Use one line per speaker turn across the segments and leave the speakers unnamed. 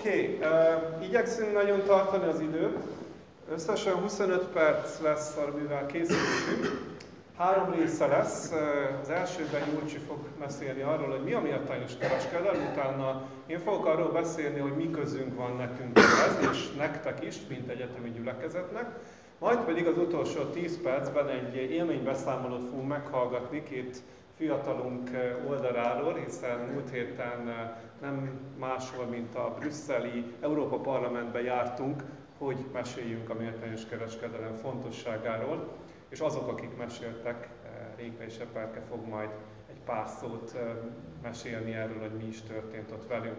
Oké, igyekszünk nagyon tartani az időt. Összesen 25 perc lesz, amivel készülünk. 3 része lesz. Az elsőben Júlcsi fog beszélni arról, hogy mi a méltányos kereskedelem, utána én fogok arról beszélni, hogy mi közünk van nekünk ez, és nektek is, mint egyetemi gyülekezetnek. Majd pedig az utolsó 10 percben egy élménybeszámolót fogunk meghallgatni két fiatalunk oldaláról, hiszen múlt héten nem máshol, mint a brüsszeli Európa Parlamentben jártunk, hogy meséljünk a méltányos kereskedelem fontosságáról, és azok, akik meséltek, Réka és Eperke fog majd egy pár szót mesélni erről, hogy mi is történt ott velünk.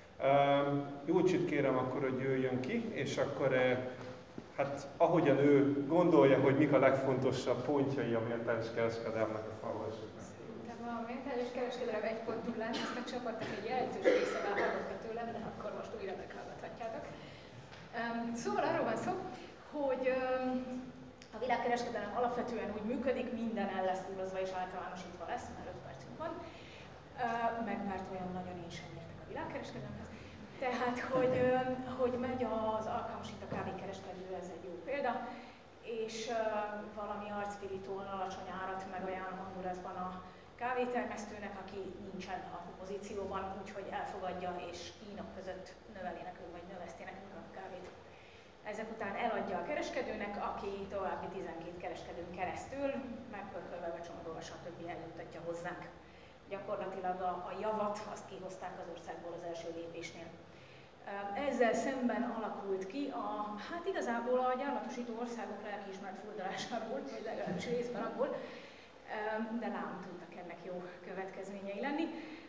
Júlcsit kérem akkor, hogy jöjjön ki, és akkor hát ahogyan ő gondolja, hogy mik a legfontosabb pontjai a méltányos kereskedelemnek, a hallgassuk meg.
A méltányos kereskedelem 1.0-án ezt a csapatnak egy jelentős része már hallotta tőlem, de akkor most újra meghallgathatjátok. Szóval arról van szó, hogy a világkereskedelem alapvetően úgy működik, minden el lesz túlozva és általánosítva lesz, mert 5 percünk van, meg mert olyan nagyon én sem értek a világkereskedelemhez. Tehát, hogy megy az alkalmasít a kávékereskedő, ez egy jó példa, és valami arcpirítón alacsony árat megajánl Hondurasban a kávétermesztőnek, aki nincsen a pozícióban, úgyhogy elfogadja és Kína között növeli nekünk, vagy növeszti nekünk a kávét. Ezek után eladja a kereskedőnek, aki további 12 kereskedőn keresztül megpörkölve, becsomagolva, stb. Eljuttatja hozzánk. Gyakorlatilag a javat azt kihozták az országból az első lépésnél. Ezzel szemben alakult ki hát igazából a gyarmatosító országok lelkiismert furdalásából, vagy legalábbis részben abból, de nem tudtak ennek jó következményei lenni.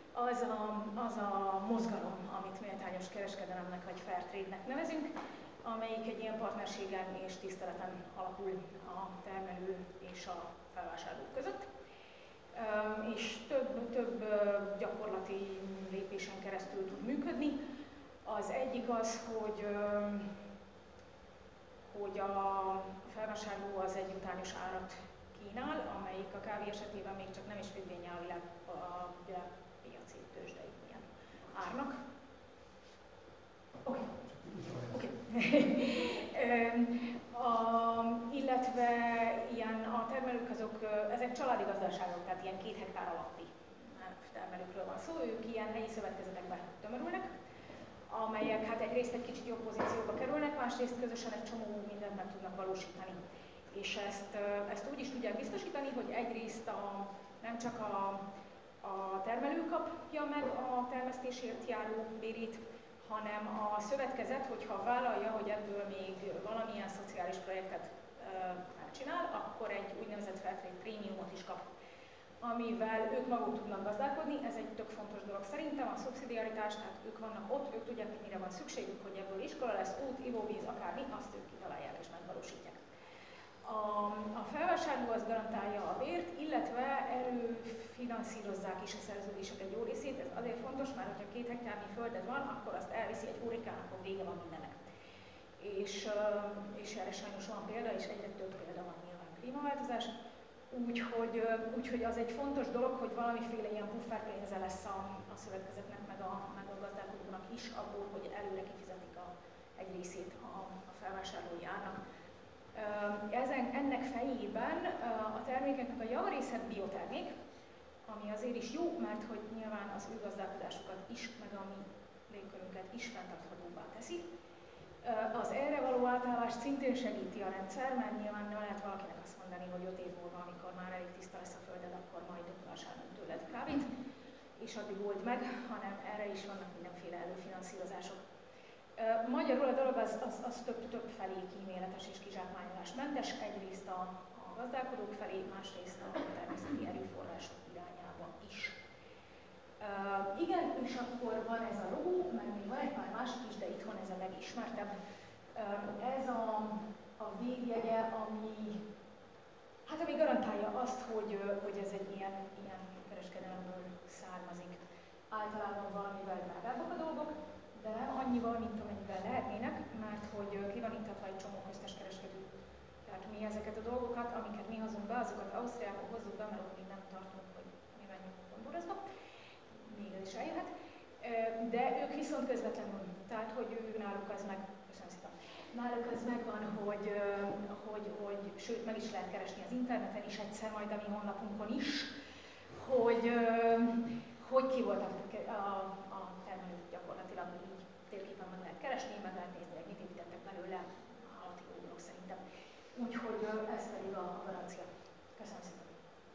Az a mozgalom, amit méltányos kereskedelemnek vagy fair trade-nek nevezünk, amelyik egy ilyen partnerségen és tiszteleten alapul a termelő és a felvásárló között. És több gyakorlati lépésen keresztül tud működni. Az egyik az, hogy a felvásárló az egy utányos árat kínál, amelyik a kávé esetében még csak nem is függvénye a világpiaci tőzsdei ilyen árnak. Oké. Illetve a termelők ezek családi gazdaságok, tehát ilyen 2 hektár alatti termelőkről van szó, ők ilyen helyi szövetkezetekben tömörülnek, amelyek hát egyrészt egy kicsit jobb pozícióba kerülnek, másrészt közösen egy csomó mindent meg tudnak valósítani. És ezt úgy is tudják biztosítani, hogy egyrészt nem csak a termelő kapja meg a termesztésért járó bérét, hanem a szövetkezet, hogyha vállalja, hogy ebből még valamilyen szociális projektet megcsinál, akkor egy úgynevezett fair trade prémiumot is kap, amivel ők maguk tudnak gazdálkodni. Ez egy tök fontos dolog szerintem, a szubszidiaritás, tehát ők vannak ott, ők tudják, hogy mire van szükségük, hogy ebből iskola lesz, út, ivóvíz, akármi, azt ők kitalálják és megvalósítják. A felvásárló az garantálja a bért, illetve előfinanszírozzák is a szerződések egy jó részét. Ez azért fontos, mert ha 2 hektárnyi földed van, akkor azt elviszi egy hurrikán, akkor vége van mindennek. És erre sajnos van példa, és egyre több példa van nyilván klímaváltozás. Úgyhogy az egy fontos dolog, hogy valamiféle ilyen pufferpénze lesz a szövetkezetnek, meg a gazdálkodónak is, abból, hogy előre kifizetik egy részét a felvásárlói árnak. Ennek fejében a termékeknek a javarésze biotermék, ami azért is jó, mert hogy nyilván az ő gazdálkodásukat is, meg a mi légkörünket is fenntarthatóbbá teszi. Az erre való átállást szintén segíti a rendszer, mert nyilván nem lehet valakinek azt mondani, hogy 5 év múlva, amikor már elég tiszta lesz a földed, akkor majd vásárolunk tőled kávét, és addig old meg, hanem erre is vannak mindenféle előfinanszírozások. Magyarul a dolog az több felé kíméletes és kizsákmányolásmentes, egyrészt a gazdálkodók felé, másrészt a természeti erőforrások irányába is. Igen, és akkor van ez a logó, meg még van egy pár másik is, de itthon ez a legismertebb. Ez a védjegye, ami garantálja azt, hogy ez egy ilyen kereskedelemből származik. Általában valamivel drágábbak a dolgok, de nem annyival, mint amennyivel lehetnének, mert hogy ki van iktatva egy csomó köztes kereskedő. Tehát mi ezeket a dolgokat, amiket mi hozunk be, azokat Ausztriába hozzuk be, mert ott még nem tartunk, hogy mi menjünk Hondurasba. Még ez is eljöhet. De ők viszont közvetlenül, tehát hogy náluk az meg, köszönöm szépen, náluk az megvan, hogy sőt meg is lehet keresni az interneten is egyszer, majd a mi honlapunkon is, hogy ki volt a termelők gyakorlatilag így térképen meg lehet keresni, meg lehet nézni, hogy mit építettek belőle, állati dolgok szerintem. Úgyhogy ez pedig a garancia. Köszönöm szépen.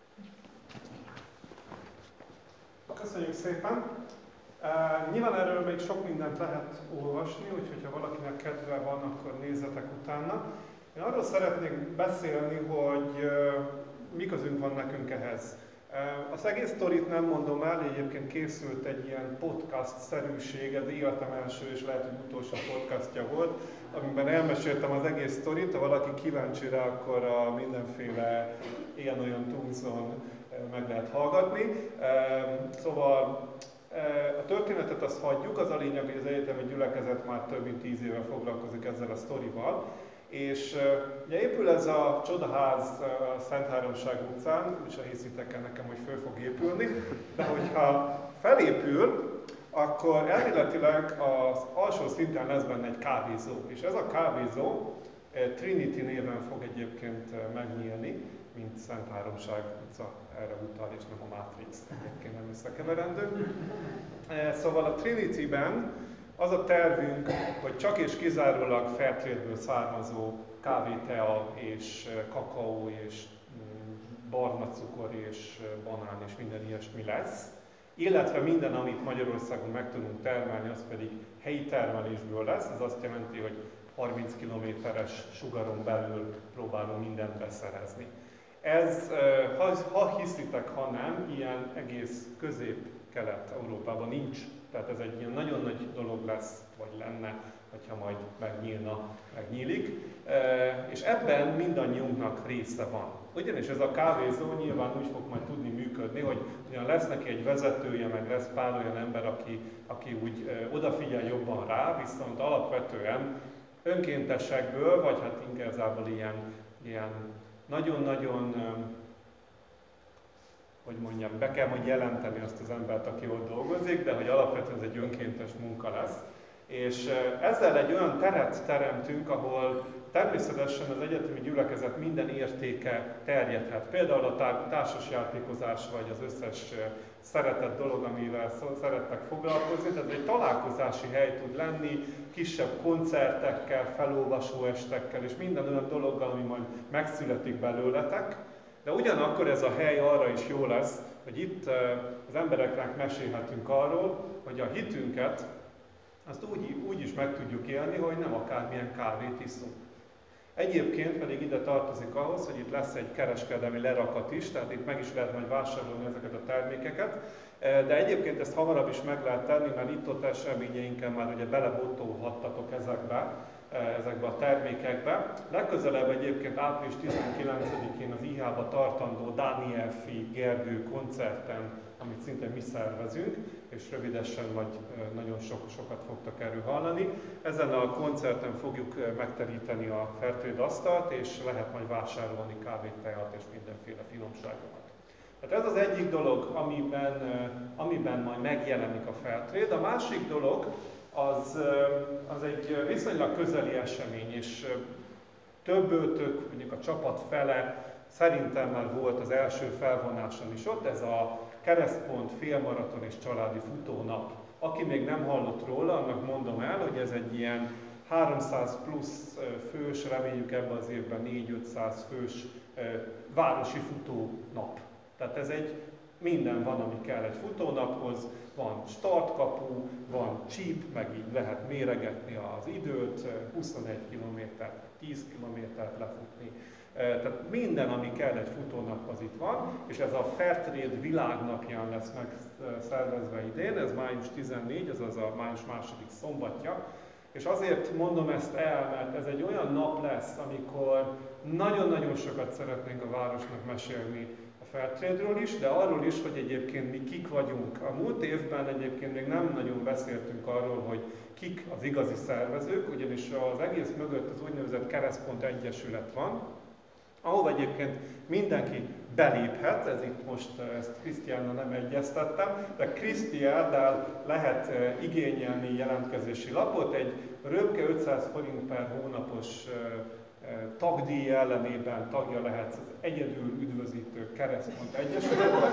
Köszönjük szépen! Nyilván erről még sok mindent lehet olvasni, úgyhogy ha valakinek kedve van, akkor nézzetek utána. Én arról szeretnék beszélni, hogy mi közünk van nekünk ehhez. Az egész sztorit nem mondom el, egyébként készült egy ilyen podcast-szerűség, ez életem első és lehet, hogy utolsó podcastja volt, amiben elmeséltem az egész sztorit, ha valaki kíváncsi rá, akkor a mindenféle ilyen-olyan tools-on meg lehet hallgatni. Szóval a történetet azt hagyjuk, az a lényeg, hogy az egyetemi gyülekezet már több mint 10 éve foglalkozik ezzel a sztorival. És ugye épül ez a csodaház Szent Háromság utcán, és hiszitek el nekem, hogy föl fog épülni, de hogyha felépül, akkor elméletileg az alsó szinten lesz benne egy kávézó. És ez a kávézó Trinity néven fog egyébként megnyílni, mint Szent Háromság utca, erre utal, és nem a Matrix, egyébként nem összekeverendő. Szóval a Trinity-ben az a tervünk, hogy csak és kizárólag Fairtrade-ből származó kávé, tea és kakaó és barna cukor és banán és minden ilyesmi lesz. Illetve minden, amit Magyarországon meg tudunk termelni, az pedig helyi termelésből lesz. Ez azt jelenti, hogy 30 kilométeres sugaron belül próbálunk mindent beszerezni. Ez, ha hiszitek, ha nem, ilyen egész Közép-Kelet-Európában nincs. Tehát ez egy ilyen nagyon nagy dolog lesz, vagy lenne, hogyha majd megnyílik. És ebben mindannyiunknak része van. Ugyanis ez a kávézó nyilván úgy fog majd tudni működni, hogy ugyan lesz neki egy vezetője, meg lesz pár olyan ember, aki úgy odafigyel jobban rá, viszont alapvetően önkéntesekből, vagy hát inkább ilyen nagyon-nagyon, hogy mondjam, be kell majd jelenteni azt az embert, aki ott dolgozik, de hogy alapvetően ez egy önkéntes munka lesz. És ezzel egy olyan teret teremtünk, ahol természetesen az egyetemi gyülekezet minden értéke terjedhet. Például a társasjátékozás, vagy az összes szeretett dolog, amivel szerettek foglalkozni. Tehát egy találkozási hely tud lenni, kisebb koncertekkel, felolvasó estekkel, és minden olyan dologgal, ami majd megszületik belőletek. De ugyanakkor ez a hely arra is jó lesz, hogy itt az embereknek mesélhetünk arról, hogy a hitünket azt úgy is meg tudjuk élni, hogy nem akármilyen kávét iszunk. Egyébként pedig ide tartozik ahhoz, hogy itt lesz egy kereskedelmi lerakat is, tehát itt meg is lehet majd vásárolni ezeket a termékeket, de egyébként ezt hamarabb is meg lehet tenni, mert itt-ott eseményeinken már ugye belebottolhattatok ezekbe a termékekbe. Legközelebb egyébként április 19-én az IH-ba tartandó Dániel Fi Gergő koncerten, amit szintén mi szervezünk, és rövidesen majd nagyon sokat fogtak erről hallani. Ezen a koncerten fogjuk megteríteni a Fairtrade asztalt, és lehet majd vásárolni kávét, teát és mindenféle finomságokat. Tehát ez az egyik dolog, amiben majd megjelenik a Fairtrade. A másik dolog, az egy viszonylag közeli esemény, és többőtök, mondjuk a csapat fele szerintem már volt az első felvonáson is ott, ez a Keresztpont félmaraton és családi futónap. Aki még nem hallott róla, annak mondom el, hogy ez egy ilyen 300 plusz fős, reméljük ebben az évben 400-500 fős városi futónap. Tehát ez minden van, ami kell egy futónaphoz, van startkapu, van csíp, meg így lehet méregetni az időt, 21 kilométert, 10 kilométert lefutni. Tehát minden, ami kell egy futónap, az itt van, és ez a Fairtrade világnapján lesz megszervezve idén, ez május 14, azaz a május második szombatja. És azért mondom ezt el, mert ez egy olyan nap lesz, amikor nagyon-nagyon sokat szeretnénk a városnak mesélni a Fairtrade-ről is, de arról is, hogy egyébként mi kik vagyunk. A múlt évben egyébként még nem nagyon beszéltünk arról, hogy kik az igazi szervezők, ugyanis az egész mögött az úgynevezett Keresztpont Egyesület van, ahol egyébként mindenki beléphet, ez itt most, ezt Krisztiánnal nem egyeztettem, de Krisztiánnál lehet igényelni jelentkezési lapot, egy röpke 500 forint per hónapos tagdíj ellenében tagja lehetsz az Egyedül Üdvözítő Keresztpont Egyesületben,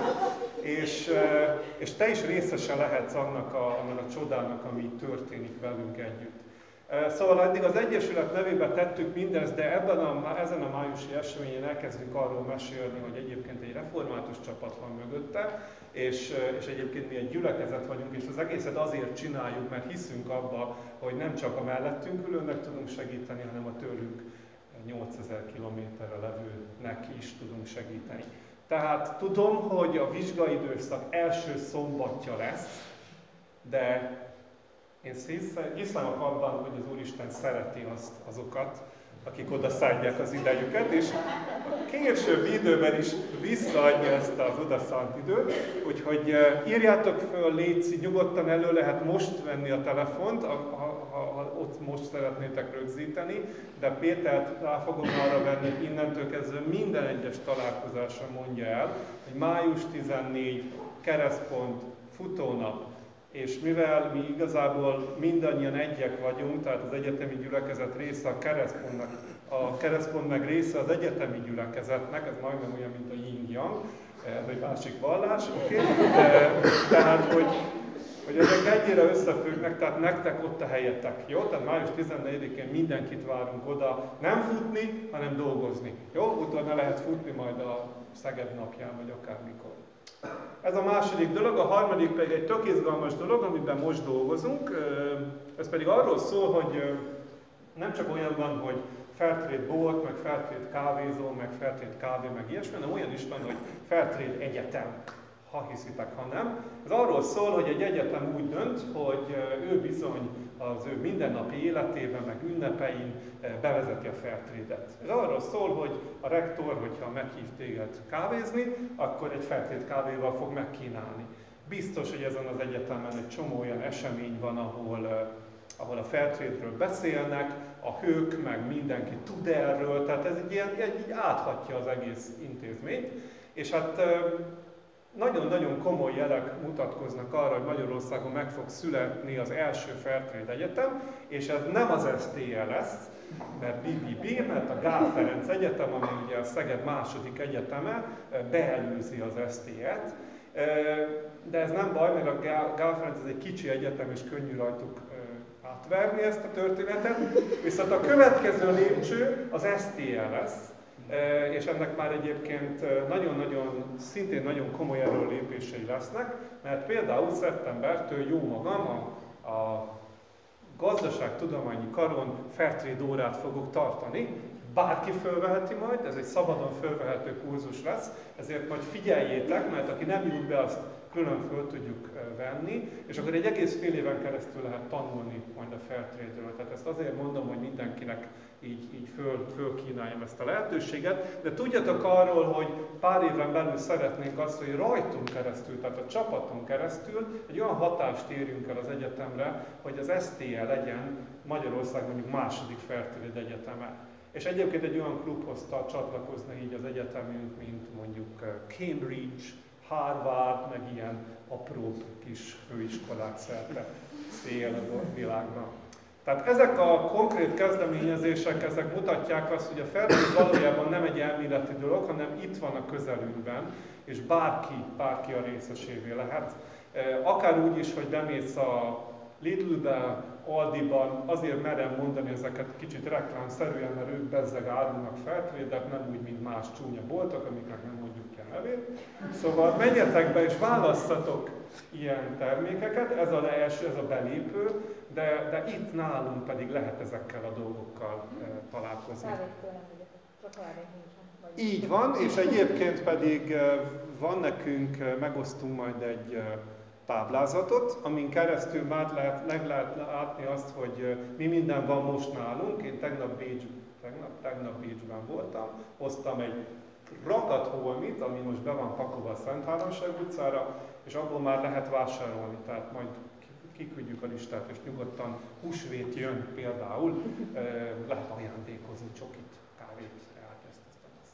és te is részese lehetsz annak a csodának, ami történik velünk együtt. Szóval eddig az Egyesület nevében tettük mindezt, de ezen a májusi eseményen elkezdünk arról mesélni, hogy egyébként egy református csapat van mögötte, és egyébként mi egy gyülekezet vagyunk, és az egészet azért csináljuk, mert hiszünk abba, hogy nem csak a mellettünk ülőnek tudunk segíteni, hanem a tőlünk 8000 kilométerre levőnek is tudunk segíteni. Tehát tudom, hogy a vizsgaidőszak első szombatja lesz, de én hiszem abban, hogy az Úristen szereti azokat, akik oda szállják az idejüket, és a későbbi időben is visszaadja ezt az odaszánt időt. Úgyhogy írjátok föl, létszik, nyugodtan elő lehet most venni a telefont, ha ott most szeretnétek rögzíteni, de Pétert rá fogom arra venni, hogy innentől kezdve minden egyes találkozáson mondja el, hogy május 14, keresztpont, futónap. És mivel mi igazából mindannyian egyek vagyunk, tehát az egyetemi gyülekezet része a keresztpontnak, a keresztpont meg része az egyetemi gyülekezetnek, ez majdnem olyan, mint a yin-yang, ez egy másik vallás, oké? Tehát, hogy ezek ennyire összefüggnek, tehát nektek ott a helyetek, jó? Tehát május 14-én mindenkit várunk oda, nem futni, hanem dolgozni, jó? Utána lehet futni majd a Szeged napján, vagy akármikor. Ez a második dolog, a harmadik pedig egy tök izgalmas dolog, amiben most dolgozunk. Ez pedig arról szól, hogy nem csak olyan van, hogy Fairtrade bolt, meg Fairtrade kávézó, meg Fairtrade kávé, meg ilyesmi, hanem olyan is van, hogy Fairtrade egyetem, ha hiszitek, ha nem. Ez arról szól, hogy egy egyetem úgy dönt, hogy ő bizony az ő mindennapi életében, meg ünnepein bevezeti a Fairtrade-et. Ez arról szól, hogy a rektor, hogyha meghív téged kávézni, akkor egy Fairtrade kávéval fog megkínálni. Biztos, hogy ezen az egyetemen egy csomó olyan esemény van, ahol a Fairtrade-ről beszélnek, a hők, meg mindenki tud erről, tehát ez így áthatja az egész intézményt. És hát nagyon-nagyon komoly jelek mutatkoznak arra, hogy Magyarországon meg fog születni az első Fairtrade Egyetem, és ez nem az STE lesz, mert BBB, mert a Gál Ferenc Egyetem, ami ugye a Szeged második egyeteme, beelőzi az STE-t. De ez nem baj, mert a Gál Ferenc ez egy kicsi egyetem, és könnyű rajtuk átverni ezt a történetet. Viszont a következő lépcső az STE lesz, és ennek már egyébként nagyon-nagyon, szintén nagyon komoly erőlépései lesznek, mert például szeptembertől jó magam a gazdaságtudományi karon Fairtrade órát fogok tartani. Bárki fölveheti majd, ez egy szabadon fölvehető kurzus lesz, ezért majd figyeljétek, mert aki nem jut be, azt külön föl tudjuk venni, és akkor egy egész fél éven keresztül lehet tanulni majd a Fairtrade-ről. Tehát ezt azért mondom, hogy mindenkinek így fölkínáljam ezt a lehetőséget, de tudjatok arról, hogy pár éven belül szeretnénk azt, hogy rajtunk keresztül, tehát a csapaton keresztül egy olyan hatást érjünk el az egyetemre, hogy az STE legyen Magyarország mondjuk második Fairtrade egyeteme. És egyébként egy olyan klubhoz csatlakozna így az egyetemünk, mint mondjuk Cambridge, Harvard, meg ilyen apró kis főiskolák szerte szél a világban. Tehát ezek a konkrét kezdeményezések, ezek mutatják azt, hogy a Fairtrade valójában nem egy elméleti dolog, hanem itt van a közelünkben, és bárki a részesévé lehet. Akár úgy is, hogy bemész a Lidlbe, Aldiban, azért merem mondani ezeket kicsit reklámszerűen, mert ők bezzeg árulnak Fairtrade-et, nem úgy, mint más csúnya boltok, amiknek nem mondjuk ki a nevét. Szóval menjetek be és válasszatok ilyen termékeket, ez a belépő, de itt nálunk pedig lehet ezekkel a dolgokkal találkozni. Így van, és egyébként pedig van nekünk, megosztunk majd egy táblázatot, amin keresztül már lehet látni azt, hogy mi minden van most nálunk. Én tegnap Bécsben voltam, hoztam egy rakat holmit, ami most be van pakolva a Szentháromság utcára, és abból már lehet vásárolni, tehát majd kiküldjük a listát, és nyugodtan húsvét jön például, lehet ajándékozni csokit, kávét,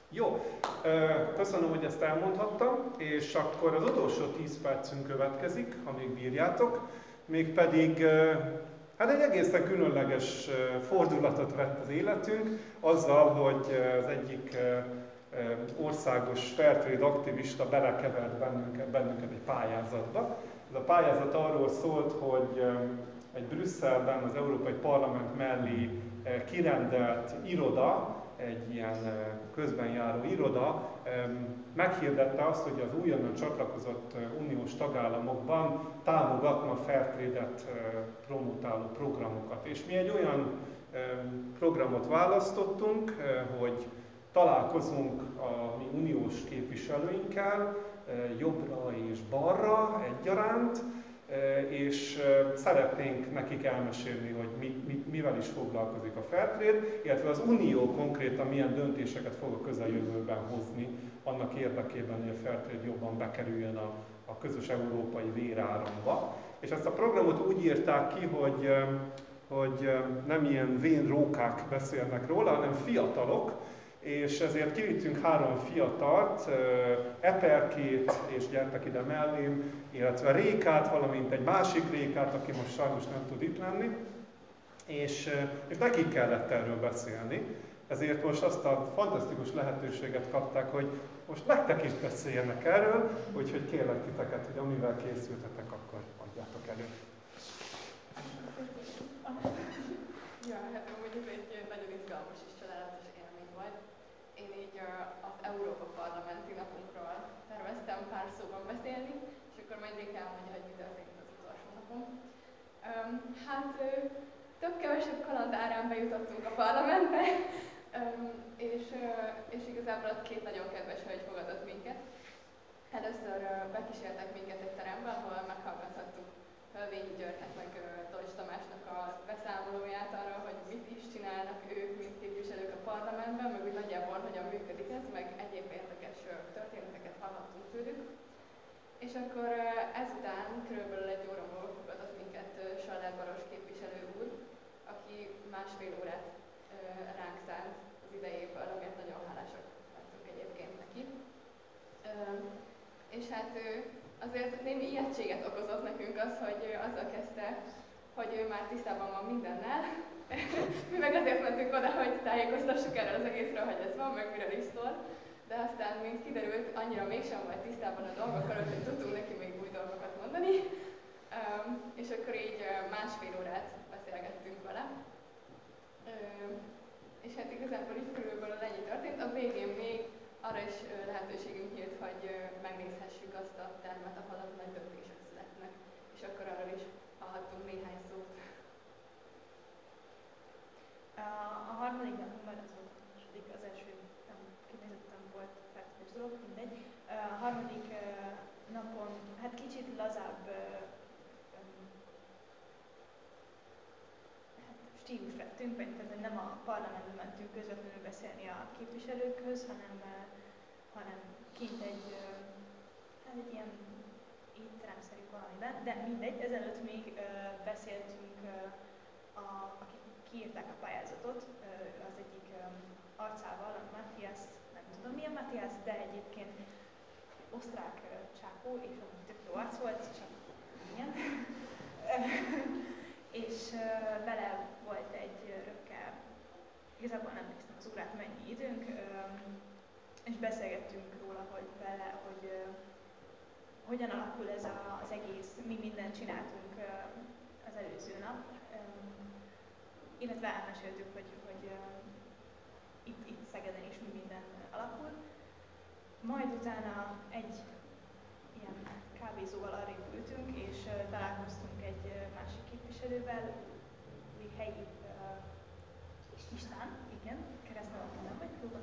Jó, köszönöm, hogy ezt elmondhattam, és akkor az utolsó 10 percünk következik, ha még bírjátok, mégpedig hát egy egészen különleges fordulatot vett az életünk, azzal, hogy az egyik országos Fairtrade aktivista belekevert bennünket egy pályázatba. Ez a pályázat arról szólt, hogy egy Brüsszelben az Európai Parlament mellé kirendelt iroda, egy ilyen közben járó iroda meghirdette azt, hogy az újonnan csatlakozott uniós tagállamokban támogatna Fairtrade-et promotáló programokat. És mi egy olyan programot választottunk, hogy találkozunk a mi uniós képviselőinkkel, jobbra és balra egyaránt, és szeretnénk nekik elmesélni, hogy mivel is foglalkozik a Fairtrade, illetve az Unió konkrétan milyen döntéseket fog a közeljövőben hozni annak érdekében, hogy a Fairtrade jobban bekerüljön a közös európai véráramba. És ezt a programot úgy írták ki, hogy nem ilyen vén rókák beszélnek róla, hanem fiatalok, és ezért kivittünk 3 fiatalt, Eperkét, és gyertek ide mellém, illetve Rékát, valamint egy másik Rékát, aki most sajnos nem tud itt lenni, és nekik kellett erről beszélni. Ezért most azt a fantasztikus lehetőséget kapták, hogy most nektek is beszéljenek erről, úgyhogy kérlek titeket, hogy amivel készültetek, akkor adjátok elő.
Ja, hát amúgy ez egy nagyon izgalmas és csodálatos élmény volt. Én így az Európa Parlamenti napunkról terveztem pár szóban beszélni, és akkor majd még elmondja, hogy mi történt az utolsó napon. Hát több-kevesebb kaland árán bejutottunk a parlamentbe, és igazából ott 2 nagyon kedves hölgy fogadott minket. Először bekísértek minket egy terembe, ahol meghallgathattuk Hölvényi Györgynek meg Dolcs Tamásnak a beszámolóját arra, hogy mit is csinálnak ők, mint képviselők a parlamentben, meg úgy nagyjából hogyan működik ez, meg egyéb érdekes történeteket hallhattunk tőlük. És akkor ezután körülbelül 1 óra múlva fogadott minket Saller Baros képviselő úr, aki 1,5 órát ránk szánt az idejéből, amiért nagyon hálásak vagyunk egyébként neki. És hát azért némi ijegységet okozott nekünk az, hogy azzal kezdte, hogy ő már tisztában van mindennel. Mi meg azért mentünk oda, hogy tájékoztassuk erről az egészről, hogy ez van, meg miről is szól. De aztán, mint kiderült, annyira mégsem volt tisztában a dolgokkal, hogy tudtunk neki még új dolgokat mondani. És akkor így 1,5 órát beszélgettünk vele. És hát igazából így körülbelül ennyi történt. A végén még arra is lehetőségünk nyílt, hogy megnézhessük azt a termet, ahol a nagy döntések születnek. És akkor arról is hallhattunk néhány szót.
A harmadik napon majd az volt a második, az első nem kifejezetten volt feltűnés dolog, mindegy. A harmadik napon hát kicsit lazább stílus vettünk, mert nem a parlamentbe mentünk közvetlenül beszélni a képviselőkhöz, hanem kint egy ilyen étteremszerű valamiben, de mindegy, ezelőtt még beszéltünk, akik kiírták a pályázatot, az egyik arcával, a Matthias, nem tudom milyen Matthias, de egyébként osztrák csápó, és amúgy tök jó arc volt, csak ilyen. És vele volt egy rökkel, igazából nem néztem az órát, mennyi időnk, és beszélgettünk róla, hogy vele, hogy hogyan alakul ez az egész, mi mindent csináltunk az előző nap, illetve elmeséltük, hogy itt Szegeden is mi minden alakul. Majd utána egy ilyen kávézóval arrébb ültünk, és találkoztunk egy másik képviselővel, helyi István, igen, keresztnevet nem vagy próba.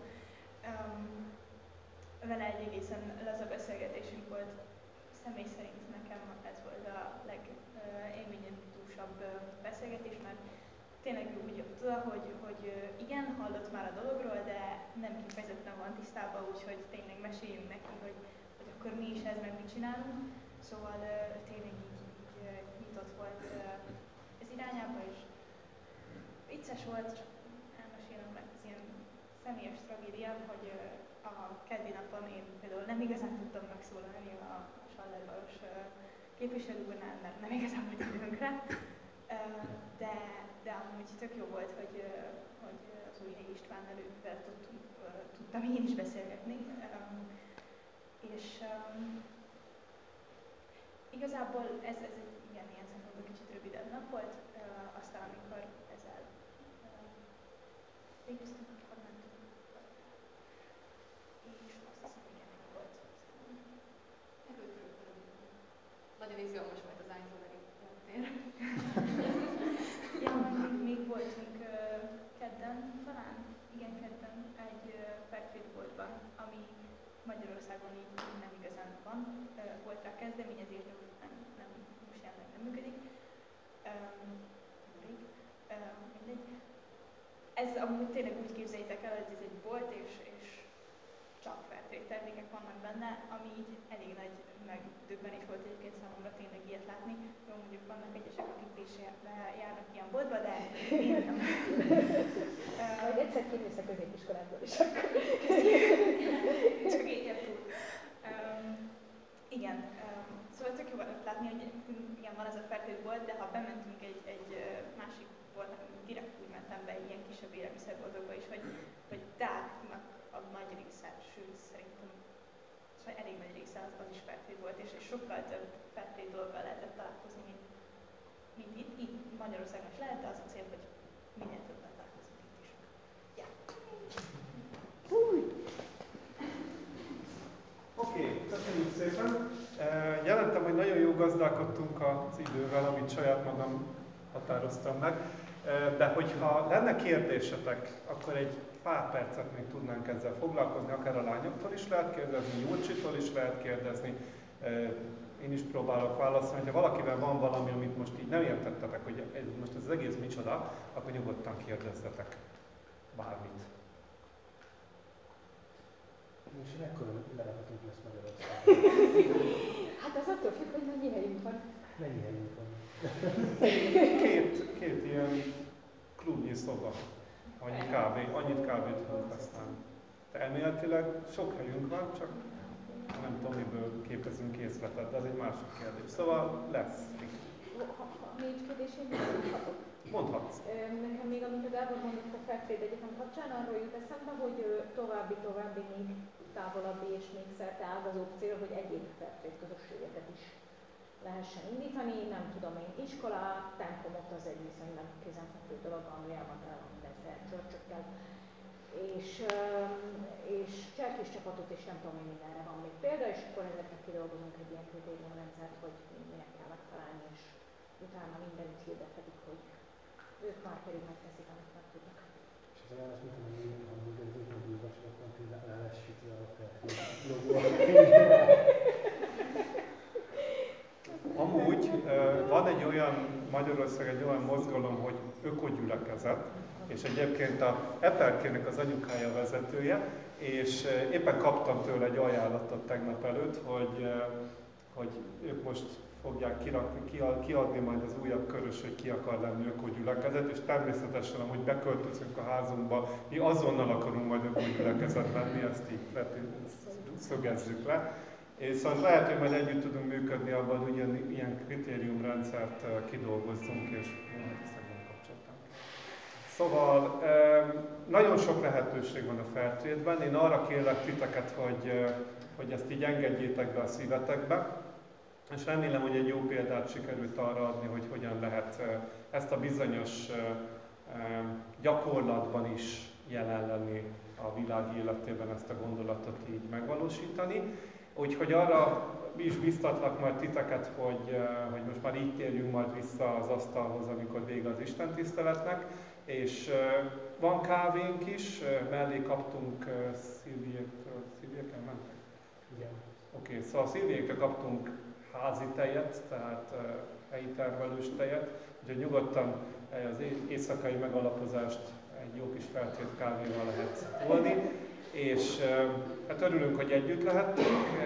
Vele egy egészen laza beszélgetésünk volt, személy szerint nekem ez volt a legélményedúsabb beszélgetés, mert tényleg úgy jött oda, hogy igen, hallott már a dologról, de nem kifejezetten van tisztában, úgyhogy tényleg meséljünk neki, hogy akkor mi is ez, meg mit csinálunk. Szóval tényleg így nyitott volt ez irányába, és vicces volt, csak elmesélem, mert ez ilyen személyes tragédiám, hogy a keddi napon én például nem igazán tudtam megszólalni a Sallerbaros képviselőkben, mert nem igazán volt időnk rá, de amúgy tök jó volt, hogy az Újhelyi Istvánnal ővel tudtam én is beszélgetni, és igazából ez egy ilyen szempontból kicsit rövidebb nap volt, aztán amikor ezzel végeztünk, akkor mentünk. És azt hiszem, hogy ennek volt.
Nagyon izgalmas volt az Eindhoveni tér.
Ja, még voltunk kedden, talán, igen, kedden egy Fairtrade boltban, ami Magyarországon így nem igazán van. Volt rá kezdeményezés, de nem most jelenleg nem működik. Mindegy. Ez amúgy tényleg úgy képzeljétek el, hogy ez egy bolt, és csak Fairtrade termékek vannak benne, ami így elég nagy megdöbbenés volt egyébként számomra tényleg ilyet látni. Jó, mondjuk vannak egyesek, akik is járnak ilyen boltba, de én nem.
Majd egyszer kimész a középiskolából is akkor.
Csak így túl. Igen, szóval tök jó volt látni, hogy igen, van ez a Fairtrade bolt, de ha bementünk egy másik boltnak, direkt úgy mentem be ilyen kisebb élelmiszerboltokba is, hogy Dáknak a nagy része, sőt szerintem szóval elég nagy része az is Fairtrade volt, és sokkal több Fairtrade dologgal lehetett találkozni, mint itt Magyarországon is lehet, de az a cél, hogy minél többet találkozunk itt is. Ja.
Oké, köszönjük szépen. Jelentem, hogy nagyon jó gazdálkodtunk az idővel, amit saját magam határoztam meg, de hogyha lenne kérdésetek, akkor egy pár percet még tudnánk ezzel foglalkozni, akár a lányoktól is lehet kérdezni, Júlcsitól is lehet kérdezni, én is próbálok válaszolni, ha valakivel van valami, amit most így nem értettetek, hogy most ez az egész micsoda, akkor nyugodtan kérdezzetek bármit.
És mekkora lerakhatunk lesz Magyarországon?
Hát az attól függ, hogy mennyi helyünk van.
Mennyi helyünk van?
Két ilyen klubnyi szoba. Annyit kávét tudunk használni. De elméletileg sok helyünk van, csak nem tudom, miből képezünk készletet, de ez egy másik kérdés. Szóval lesz.
Ha nincs kérdés, én mondhatok.
Mondhatsz.
Nekem még, amit a Gábor mondott a Fairtrade Egyetem kapcsán, arról jut eszembe, hogy további még távolabbi és még szerte ágazóbb cél, hogy egyéb Fairtrade közösségeket is lehessen indítani. Nem tudom én, iskolát, templomot az egy viszonylag kézenfekvő dolog, Angliában mindenféle csörcsökkel. És cserkés csapatot, és nem tudom, hogy mindenre van még példa, és akkor ezeknek kidolgozunk egy ilyen kritériumrendszert, hogy minek kell megtalálni, és utána mindenütt hirdetetik, hogy ők már pedig megteszik, amit meg tudnak.
És ez olyan, mint amíg ez úgy megújva, és akkor le lesz sütve a logó.
Amúgy van egy olyan, Magyarország egy olyan mozgalom, hogy ökogyülekezet, és egyébként a Epelkének az anyukája vezetője, és éppen kaptam tőle egy ajánlatot tegnap előtt, hogy ők most fogják kiadni majd az újabb körös, hogy ki akar lenni ökogyülekezet, és természetesen, ahogy beköltözünk a házunkba, mi azonnal akarunk majd ökogyülekezet lenni, ezt így szögezzük le. És szóval lehet, hogy majd együtt tudunk működni abban, hogy ilyen kritériumrendszert kidolgozzunk, és kapcsoltam. Szóval nagyon sok lehetőség van a Fairtrade-ben. Én arra kérlek titeket, hogy ezt így engedjétek be a szívetekbe, és remélem, hogy egy jó példát sikerült arra adni, hogy hogyan lehet ezt a bizonyos gyakorlatban is jelen lenni a világ életében, ezt a gondolatot így megvalósítani. Úgyhogy arra is biztatlak majd titeket, hogy most már így térjünk majd vissza az asztalhoz, amikor vége az istentiszteletnek, és van kávénk is, mellé kaptunk Szilviéktől, Szilviéken mentek?
Igen.
Oké, szóval Szilviéktől kaptunk házi tejet, tehát helyi termelős tejet, úgyhogy nyugodtan az éjszakai megalapozást egy jó kis Fairtrade kávéval lehet tolni, és hát örülünk, hogy együtt lehettünk.